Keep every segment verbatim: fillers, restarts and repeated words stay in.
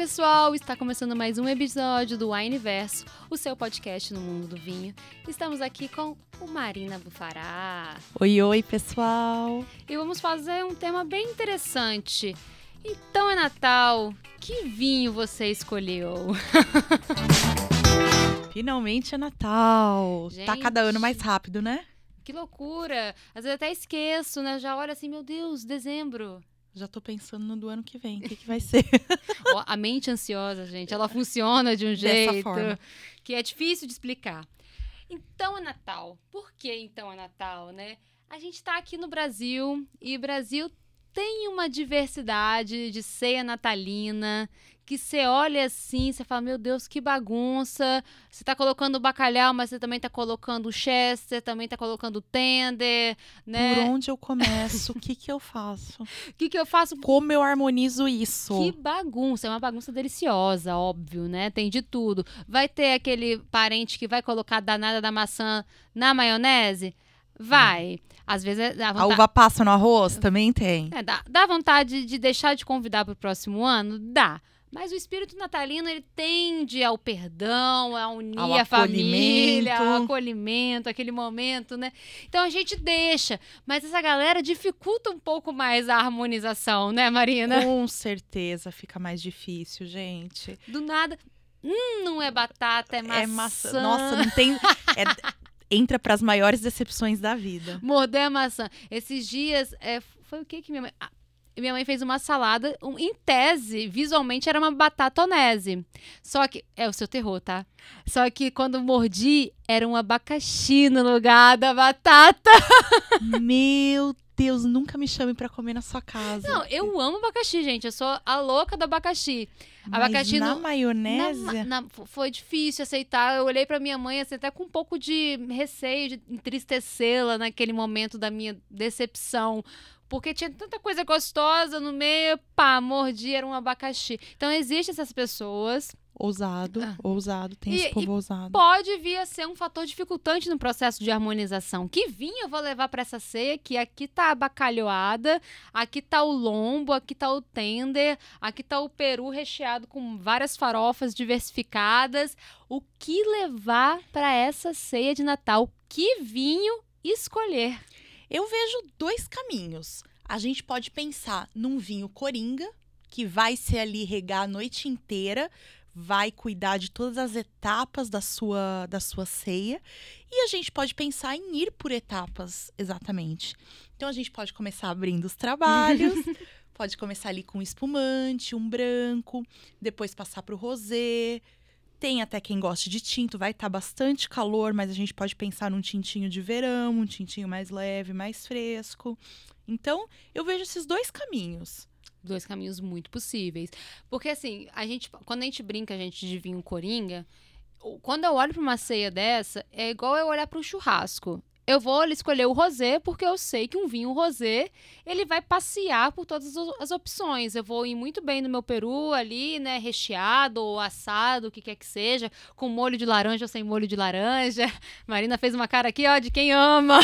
pessoal! Está começando mais um episódio do Wineverso, o seu podcast no mundo do vinho. Estamos aqui com o Marina Bufará. Oi, oi, pessoal! E vamos fazer um tema bem interessante. Então é Natal, que vinho você escolheu? Finalmente é Natal! Gente, tá cada ano mais rápido, né? Que loucura! Às vezes até esqueço, né? Já olho assim, meu Deus, dezembro. Já tô pensando no do ano que vem, o que, que vai ser? Oh, a mente ansiosa, gente, ela funciona de um jeito forma. que é difícil de explicar. Então é Natal. Por que então é Natal, né? A gente tá aqui no Brasil e o Brasil tem uma diversidade de ceia natalina que você olha assim, você fala, meu Deus, que bagunça. Você tá colocando o bacalhau, mas você também tá colocando o chester, também tá colocando o tender, né? Por onde eu começo? O que que eu faço? O que que eu faço? Como eu harmonizo isso? Que bagunça, é uma bagunça deliciosa, óbvio, né? Tem de tudo. Vai ter aquele parente que vai colocar a danada da maçã na maionese? Vai. Às vezes dá A vontade... uva passa no arroz? Também tem. É, dá, dá vontade de deixar de convidar para o próximo ano? Dá. Mas o espírito natalino, ele tende ao perdão, a unir Ao a família, acolhimento. ao acolhimento, aquele momento, né? Então a gente deixa. Mas essa galera dificulta um pouco mais a harmonização, né, Marina? Com certeza fica mais difícil, gente. Do nada, hum, não é batata, é maçã. É maçã. Nossa, não tem... É... Entra para as maiores decepções da vida. Morder a maçã. Esses dias, é, foi o que que minha mãe... Ah, minha mãe fez uma salada, um, em tese, visualmente era uma batatonese. Só que, é o seu terror, tá? Só que quando mordi, era um abacaxi no lugar da batata. Meu Deus, nunca me chame pra comer na sua casa. Não, eu amo abacaxi, gente. Eu sou a louca do abacaxi. Mas abacaxi na no, maionese? Na, na, foi difícil aceitar. Eu olhei pra minha mãe assim, até com um pouco de receio, de entristecê-la naquele momento da minha decepção. Porque tinha tanta coisa gostosa no meio, pá, mordi, era um abacaxi. Então, existem essas pessoas. Ousado, Ah. ousado, tem E- esse povo e ousado. Pode vir a ser um fator dificultante no processo de harmonização. Que vinho eu vou levar para essa ceia? Que aqui tá a bacalhoada, aqui tá o lombo, aqui tá o tender, aqui tá o peru recheado com várias farofas diversificadas. O que levar para essa ceia de Natal? Que vinho escolher? Eu vejo dois caminhos. A gente pode pensar num vinho coringa, que vai ser ali regar a noite inteira, vai cuidar de todas as etapas da sua, da sua ceia. E a gente pode pensar em ir por etapas, exatamente. Então, a gente pode começar abrindo os trabalhos, pode começar ali com um espumante, um branco, depois passar para o rosé. Tem até quem goste de tinto, vai estar bastante calor, mas a gente pode pensar num tintinho de verão, um tintinho mais leve, mais fresco. Então, eu vejo esses dois caminhos. Dois caminhos muito possíveis. Porque, assim, a gente, quando a gente brinca, a gente de vinho coringa, quando eu olho para uma ceia dessa, é igual eu olhar para um churrasco. Eu vou escolher o rosé porque eu sei que um vinho rosé, ele vai passear por todas as opções. Eu vou ir muito bem no meu peru ali, né, recheado ou assado, o que quer que seja, com molho de laranja ou sem molho de laranja. Marina fez uma cara aqui, ó, de quem ama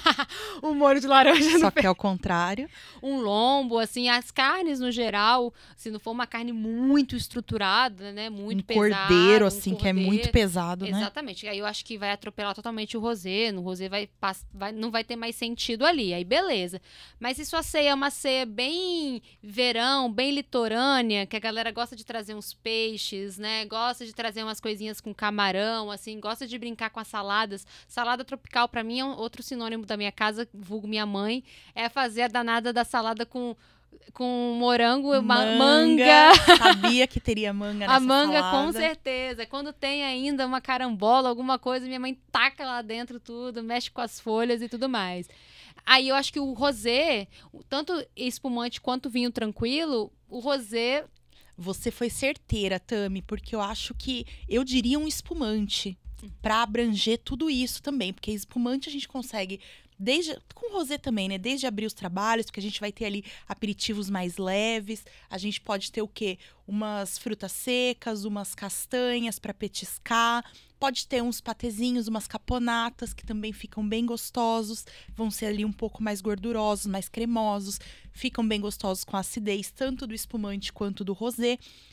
o molho de laranja. Só que é o contrário. Um lombo, assim, as carnes no geral, se não for uma carne muito estruturada, né, muito um pesada. cordeiro, um assim, que é cordeiro. muito pesado, né? Exatamente. Aí eu acho que vai atropelar totalmente o rosé. No rosé vai, vai, não vai ter mais sentido ali. Aí beleza. Mas se sua ceia é uma ceia bem verão, bem litorânea, que a galera gosta de trazer uns peixes, né? Gosta de trazer umas coisinhas com camarão, assim, gosta de brincar com as saladas. Salada tropical, pra mim, é um outro sinônimo da minha casa, vulgo minha mãe, é fazer a danada da salada com... com morango, Manga. manga. Sabia que teria manga nessa A manga, salada. com certeza. Quando tem ainda uma carambola, alguma coisa, minha mãe taca lá dentro tudo, mexe com as folhas e tudo mais. Aí eu acho que o rosé, tanto espumante quanto vinho tranquilo, o rosé... Você foi certeira, Tami, porque eu acho que eu diria um espumante para abranger tudo isso também, porque espumante a gente consegue desde com o rosé também, né? Desde abrir os trabalhos, porque a gente vai ter ali aperitivos mais leves, a gente pode ter o quê? Umas frutas secas, umas castanhas para petiscar, pode ter uns patezinhos, umas caponatas que também ficam bem gostosos, vão ser ali um pouco mais gordurosos, mais cremosos, ficam bem gostosos com a acidez tanto do espumante quanto do rosé.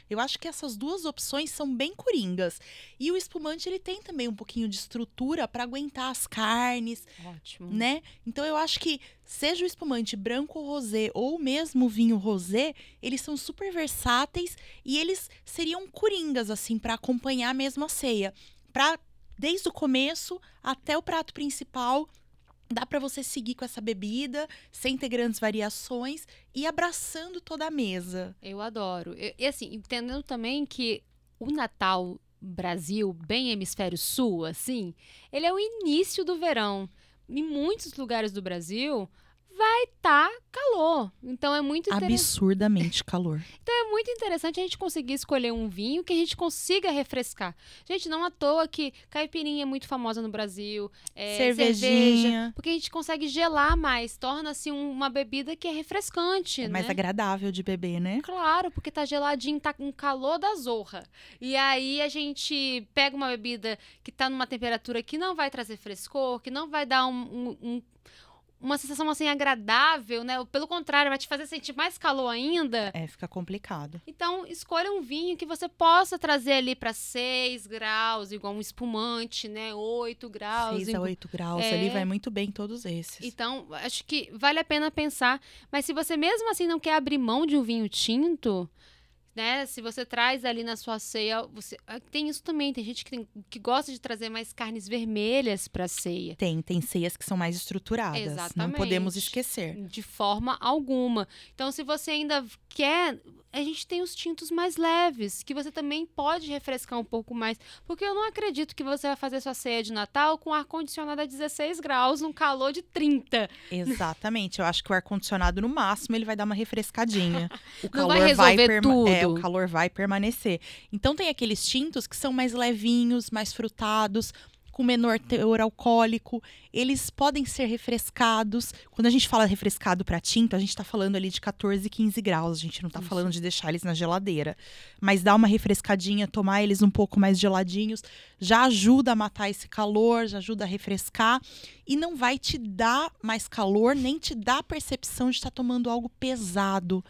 Eu acho que essas duas opções são bem coringas. E o espumante, ele tem também um pouquinho de estrutura para aguentar as carnes, Ótimo. né? Então eu acho que seja o espumante branco ou rosé ou mesmo o vinho rosé, eles são super versáteis e eles seriam coringas assim para acompanhar mesmo a ceia. Para desde o começo até o prato principal, dá para você seguir com essa bebida sem ter grandes variações e abraçando toda a mesa. Eu adoro. E, e, assim, entendendo também que o Natal Brasil, bem hemisfério sul, assim, ele é o início do verão. Em muitos lugares do Brasil vai estar calor. Então é muito interessante. Absurdamente calor. Então é muito interessante a gente conseguir escolher um vinho que a gente consiga refrescar. Gente, não à toa que caipirinha é muito famosa no Brasil, é, Cervejinha. cerveja, porque a gente consegue gelar mais, torna-se um- uma bebida que é refrescante, É né? mais agradável de beber, né? Claro, porque tá geladinho, tá com calor da zorra. E aí a gente pega uma bebida que tá numa temperatura que não vai trazer frescor, que não vai dar um, um- um- uma sensação assim agradável, né? Pelo contrário, vai te fazer sentir mais calor ainda. É, fica complicado. Então, escolha um vinho que você possa trazer ali para seis graus, igual um espumante, né? oito graus. seis a igual- oito graus É. ali vai muito bem todos esses. Então, acho que vale a pena pensar. Mas se você mesmo assim não quer abrir mão de um vinho tinto, né? Se você traz ali na sua ceia, você ah, tem isso também. Tem gente que, tem- que gosta de trazer mais carnes vermelhas para ceia. Tem, tem ceias que são mais estruturadas. Não Exatamente. podemos esquecer. De forma alguma. Então, se você ainda quer, a gente tem os tintos mais leves, que você também pode refrescar um pouco mais. Porque eu não acredito que você vai fazer sua ceia de Natal com ar-condicionado a dezesseis graus, num calor de trinta. Exatamente. Eu acho que o ar-condicionado, no máximo, ele vai dar uma refrescadinha. O Não calor vai resolver perma- tudo. É, o calor vai permanecer. Então tem aqueles tintos que são mais levinhos, mais frutados, com menor teor alcoólico. Eles podem ser refrescados. Quando a gente fala refrescado para tinto, a gente tá falando ali de quatorze, quinze graus. A gente não tá Isso. falando de deixar eles na geladeira. Mas dá uma refrescadinha, tomar eles um pouco mais geladinhos, já ajuda a matar esse calor, já ajuda a refrescar. E não vai te dar mais calor, nem te dar a percepção de estar tomando algo pesado.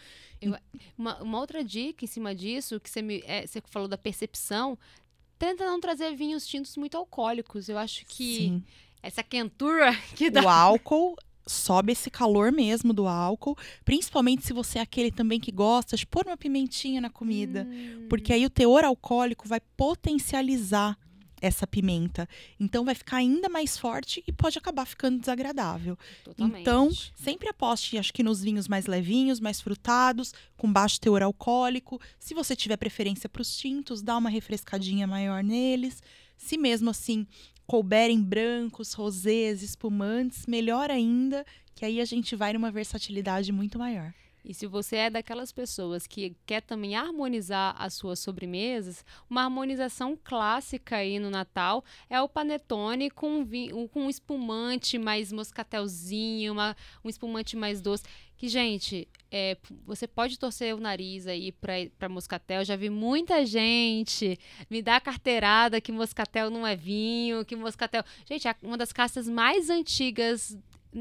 Uma, uma outra dica em cima disso, que você, me, é, você falou da percepção, tenta não trazer vinhos tintos muito alcoólicos. Eu acho que Sim. essa quentura que dá. O álcool sobe esse calor mesmo do álcool, principalmente se você é aquele também que gosta de pôr uma pimentinha na comida, Hum, porque aí o teor alcoólico vai potencializar essa pimenta. Então vai ficar ainda mais forte e pode acabar ficando desagradável. totalmente. Então, sempre aposte, acho que nos vinhos mais levinhos, mais frutados, com baixo teor alcoólico. Se você tiver preferência para os tintos, dá uma refrescadinha maior neles. Se mesmo assim couberem brancos, rosés, espumantes, melhor ainda, que aí a gente vai numa versatilidade muito maior. E se você é daquelas pessoas que quer também harmonizar as suas sobremesas, uma harmonização clássica aí no Natal é o panetone com, vinho, com um espumante mais moscatelzinho, uma, um espumante mais doce. Que, gente, é, você pode torcer o nariz aí pra, pra moscatel. Já vi muita gente me dar carteirada que moscatel não é vinho, que moscatel... Gente, é uma das castas mais antigas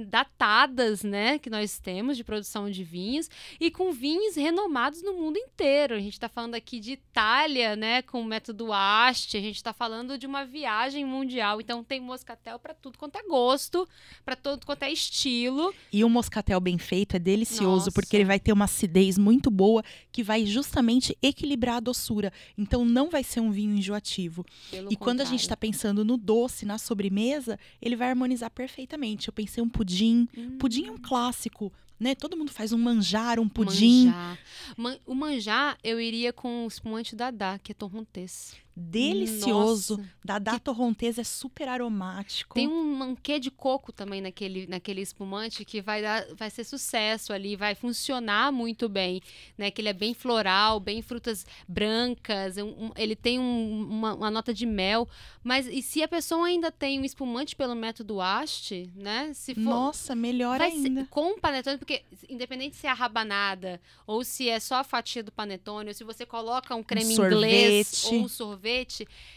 datadas, né, que nós temos de produção de vinhos e com vinhos renomados no mundo inteiro. A gente está falando aqui de Itália, né, com o método Asti, a gente está falando de uma viagem mundial, então tem moscatel para tudo quanto é gosto, para todo quanto é estilo. E um moscatel bem feito é delicioso, Nossa. porque ele vai ter uma acidez muito boa, que vai justamente equilibrar a doçura. Então não vai ser um vinho enjoativo. Pelo E quando a contrário. gente está pensando no doce, na sobremesa, ele vai harmonizar perfeitamente. Eu pensei um pudim. Hum. Pudim é um clássico, né? Todo mundo faz um manjar, um pudim. Manjar. Man- o manjar, eu iria com o espumante Dadá, que é torrontés. Delicioso. Nossa. Dadá torrontés é super aromático. Tem um manquê de coco também naquele, naquele espumante que vai, dar, vai ser sucesso ali, vai funcionar muito bem, né? Que ele é bem floral, bem frutas brancas, um- um- ele tem um- uma, uma nota de mel. Mas e se a pessoa ainda tem um espumante pelo método Asti, né? Se for, Nossa, melhor vai ser- ainda. com o panetone, porque independente se é a rabanada ou se é só a fatia do panetone, ou se você coloca um creme inglês sorvete. ou um sorvete,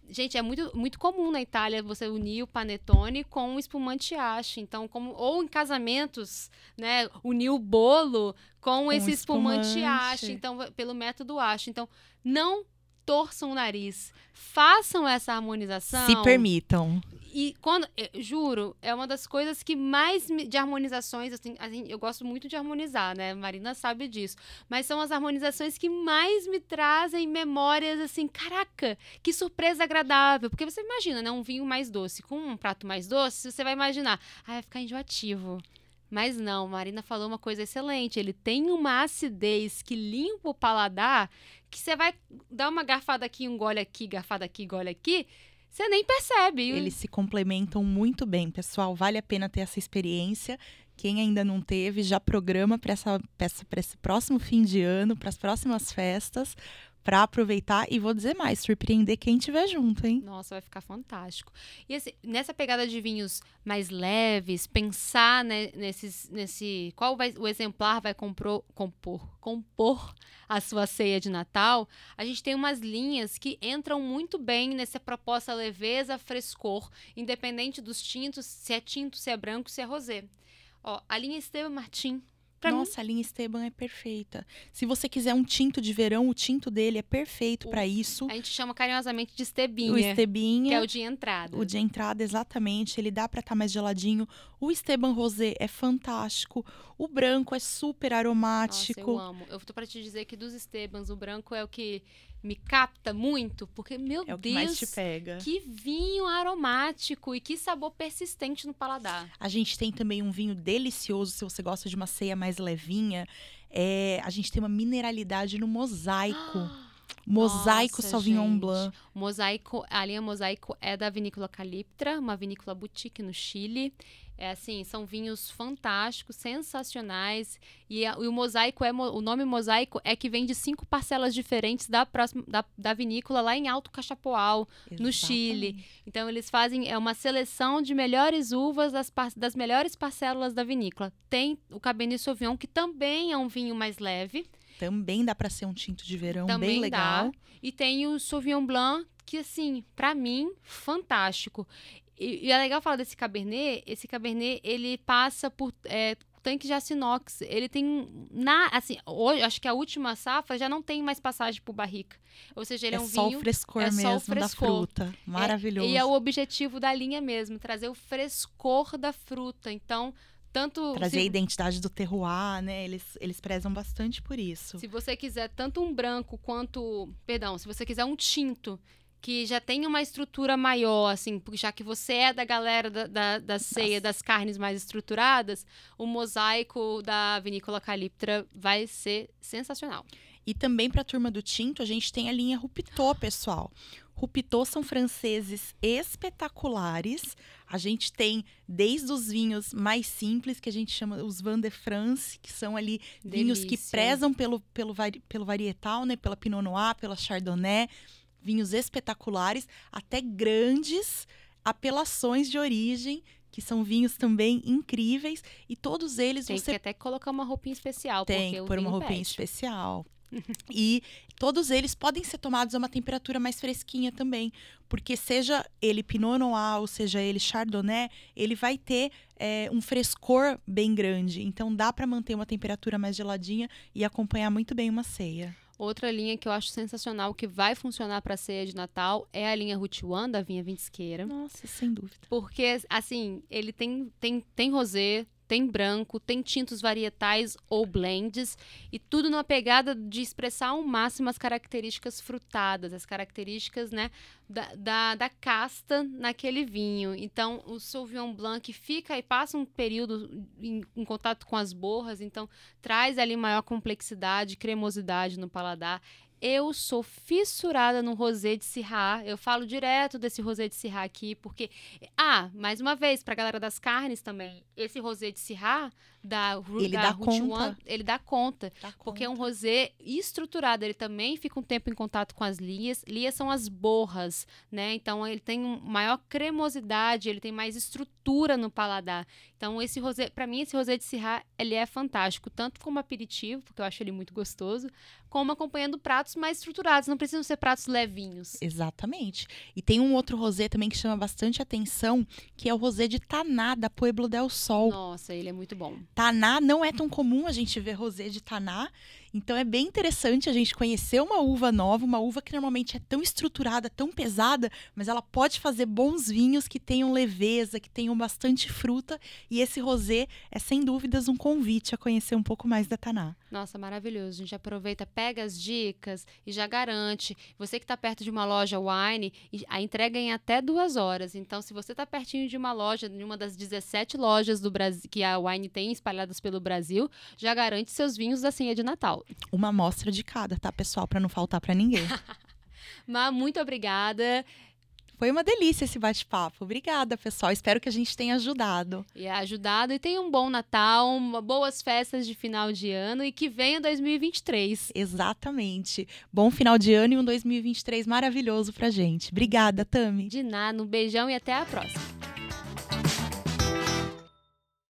gente, é muito, muito comum na Itália você unir o panetone com o espumante ache. Então, como, ou em casamentos, né, unir o bolo com, com esse espumante, espumante ache, então, pelo método ache. Então, não torçam o nariz. Façam essa harmonização. Se permitam. E quando, eu, juro, é uma das coisas que mais me, de harmonizações, assim, assim, eu gosto muito de harmonizar, né? Marina sabe disso. Mas são as harmonizações que mais me trazem memórias, assim, caraca, que surpresa agradável. Porque você imagina, né? Um vinho mais doce com um prato mais doce, você vai imaginar, ah, vai ficar enjoativo. Mas não, Marina falou uma coisa excelente. Ele tem uma acidez que limpa o paladar, que você vai dar uma garfada aqui, um gole aqui, garfada aqui, gole aqui, você nem percebe. Eles se complementam muito bem, pessoal. Vale a pena ter essa experiência. Quem ainda não teve, já programa para essa, esse próximo fim de ano, para as próximas festas, para aproveitar. E vou dizer mais, surpreender quem estiver junto, hein? Nossa, vai ficar fantástico. E assim, nessa pegada de vinhos mais leves, pensar, né, nesses, nesse... Qual vai, o exemplar vai compor, compor, compor a sua ceia de Natal, a gente tem umas linhas que entram muito bem nessa proposta leveza, frescor, independente dos tintos, se é tinto, se é branco, se é rosé. Ó, a linha Esteban Martin. Pra Nossa, mim... a linha Esteban é perfeita. Se você quiser um tinto de verão, o tinto dele é perfeito para isso. A gente chama carinhosamente de Estebinha. O Estebinha. Que é o de entrada. O de entrada, exatamente. Ele dá para estar tá mais geladinho. O Esteban Rosé é fantástico. O branco é super aromático. Nossa, eu amo. Eu tô para te dizer que dos Estebans, o branco é o que me capta muito, porque, meu é o que Deus, mais te pega. Que vinho aromático e que sabor persistente no paladar. A gente tem também um vinho delicioso, se você gosta de uma ceia mais levinha. É, a gente tem uma mineralidade no mosaico. Mosaico Nossa, Sauvignon gente. Blanc. Mosaico, a linha Mosaico é da vinícola Caliptra, uma vinícola boutique no Chile. É assim, são vinhos fantásticos, sensacionais. E, a, e o mosaico é o nome mosaico é que vem de cinco parcelas diferentes da próxima da, da vinícola lá em Alto Cachapoal, Exatamente. No Chile. Então eles fazem é uma seleção de melhores uvas das, das melhores parcelas da vinícola. Tem o Cabernet Sauvignon, que também é um vinho mais leve. Também dá para ser um tinto de verão Também bem legal. Dá. E tem o Sauvignon Blanc, que assim, para mim, fantástico. E, e é legal falar desse Cabernet. Esse Cabernet, ele passa por é, tanque de aço inox. Ele tem, na, assim, hoje, acho que a última safra já não tem mais passagem por barrica. Ou seja, ele é, é um só vinho... O frescor é mesmo só o frescor da fruta. Maravilhoso. É, e é o objetivo da linha mesmo, trazer o frescor da fruta. Então... Tanto trazer se, a identidade do terroir, né? Eles, eles prezam bastante por isso. Se você quiser tanto um branco quanto... Perdão, se você quiser um tinto que já tem uma estrutura maior, assim, já que você é da galera da, da, da ceia, Nossa. Das carnes mais estruturadas, o mosaico da vinícola Caliptra vai ser sensacional. E também para a turma do tinto, a gente tem a linha Rupitot, pessoal. Rupitot são franceses espetaculares. A gente tem desde os vinhos mais simples, que a gente chama os Vin de France, que são ali Delícia. Vinhos que prezam pelo, pelo, pelo varietal, né? Pela Pinot Noir, pela Chardonnay. Vinhos espetaculares, até grandes apelações de origem, que são vinhos também incríveis. E todos eles tem você... Tem que até colocar uma roupinha especial. Tem que pôr uma roupinha pede. especial. E todos eles podem ser tomados a uma temperatura mais fresquinha também, porque seja ele Pinot Noir ou seja ele Chardonnay, ele vai ter é, um frescor bem grande. Então dá para manter uma temperatura mais geladinha e acompanhar muito bem uma ceia. Outra linha que eu acho sensacional, que vai funcionar para ceia de Natal, é a linha Route One, da Vinha Vintisqueira. Nossa, sem dúvida. Porque, assim, ele tem, tem, tem rosé, tem branco, tem tintos varietais ou blends, e tudo numa pegada de expressar ao máximo as características frutadas, as características, né, da, da, da casta naquele vinho. Então, o Sauvignon Blanc fica e passa um período em, em contato com as borras, então traz ali maior complexidade, cremosidade no paladar. Eu sou fissurada no rosé de Syrah. Eu falo direto desse rosé de Syrah aqui, porque... Ah, mais uma vez, pra galera das carnes também, esse rosé de Syrah, da, ele da dá Route conta. One, ele dá conta. Dá porque conta. é um rosé estruturado. Ele também fica um tempo em contato com as lias. Lias são as borras, né? Então, ele tem maior cremosidade, ele tem mais estrutura no paladar. Então, esse rosé... Pra mim, esse rosé de Syrah, ele é fantástico. Tanto como aperitivo, porque eu acho ele muito gostoso, como acompanhando pratos pratos mais estruturados, não precisam ser pratos levinhos. Exatamente. E tem um outro rosé também que chama bastante atenção, que é o rosé de Taná, da Pueblo del Sol. Nossa, ele é muito bom. Taná, não é tão comum a gente ver rosé de Taná, então é bem interessante a gente conhecer uma uva nova, uma uva que normalmente é tão estruturada, tão pesada, mas ela pode fazer bons vinhos que tenham leveza, que tenham bastante fruta, e esse rosé é sem dúvidas um convite a conhecer um pouco mais da Taná. Nossa, maravilhoso. A gente aproveita, pega as dicas e já garante. Você que está perto de uma loja wine, a entrega é em até duas horas. Então, se você está pertinho de uma loja, de uma das dezessete lojas do Brasil que a Wine tem espalhadas pelo Brasil, já garante seus vinhos da ceia de Natal. Uma amostra de cada, tá, pessoal? Para não faltar para ninguém. Mas muito obrigada. Foi uma delícia esse bate-papo. Obrigada, pessoal. Espero que a gente tenha ajudado. E ajudado. E tenha um bom Natal, uma, boas festas de final de ano e que venha dois mil e vinte e três. Exatamente. Bom final de ano e um dois mil e vinte e três maravilhoso pra gente. Obrigada, Tami. De nada. Um beijão e até a próxima.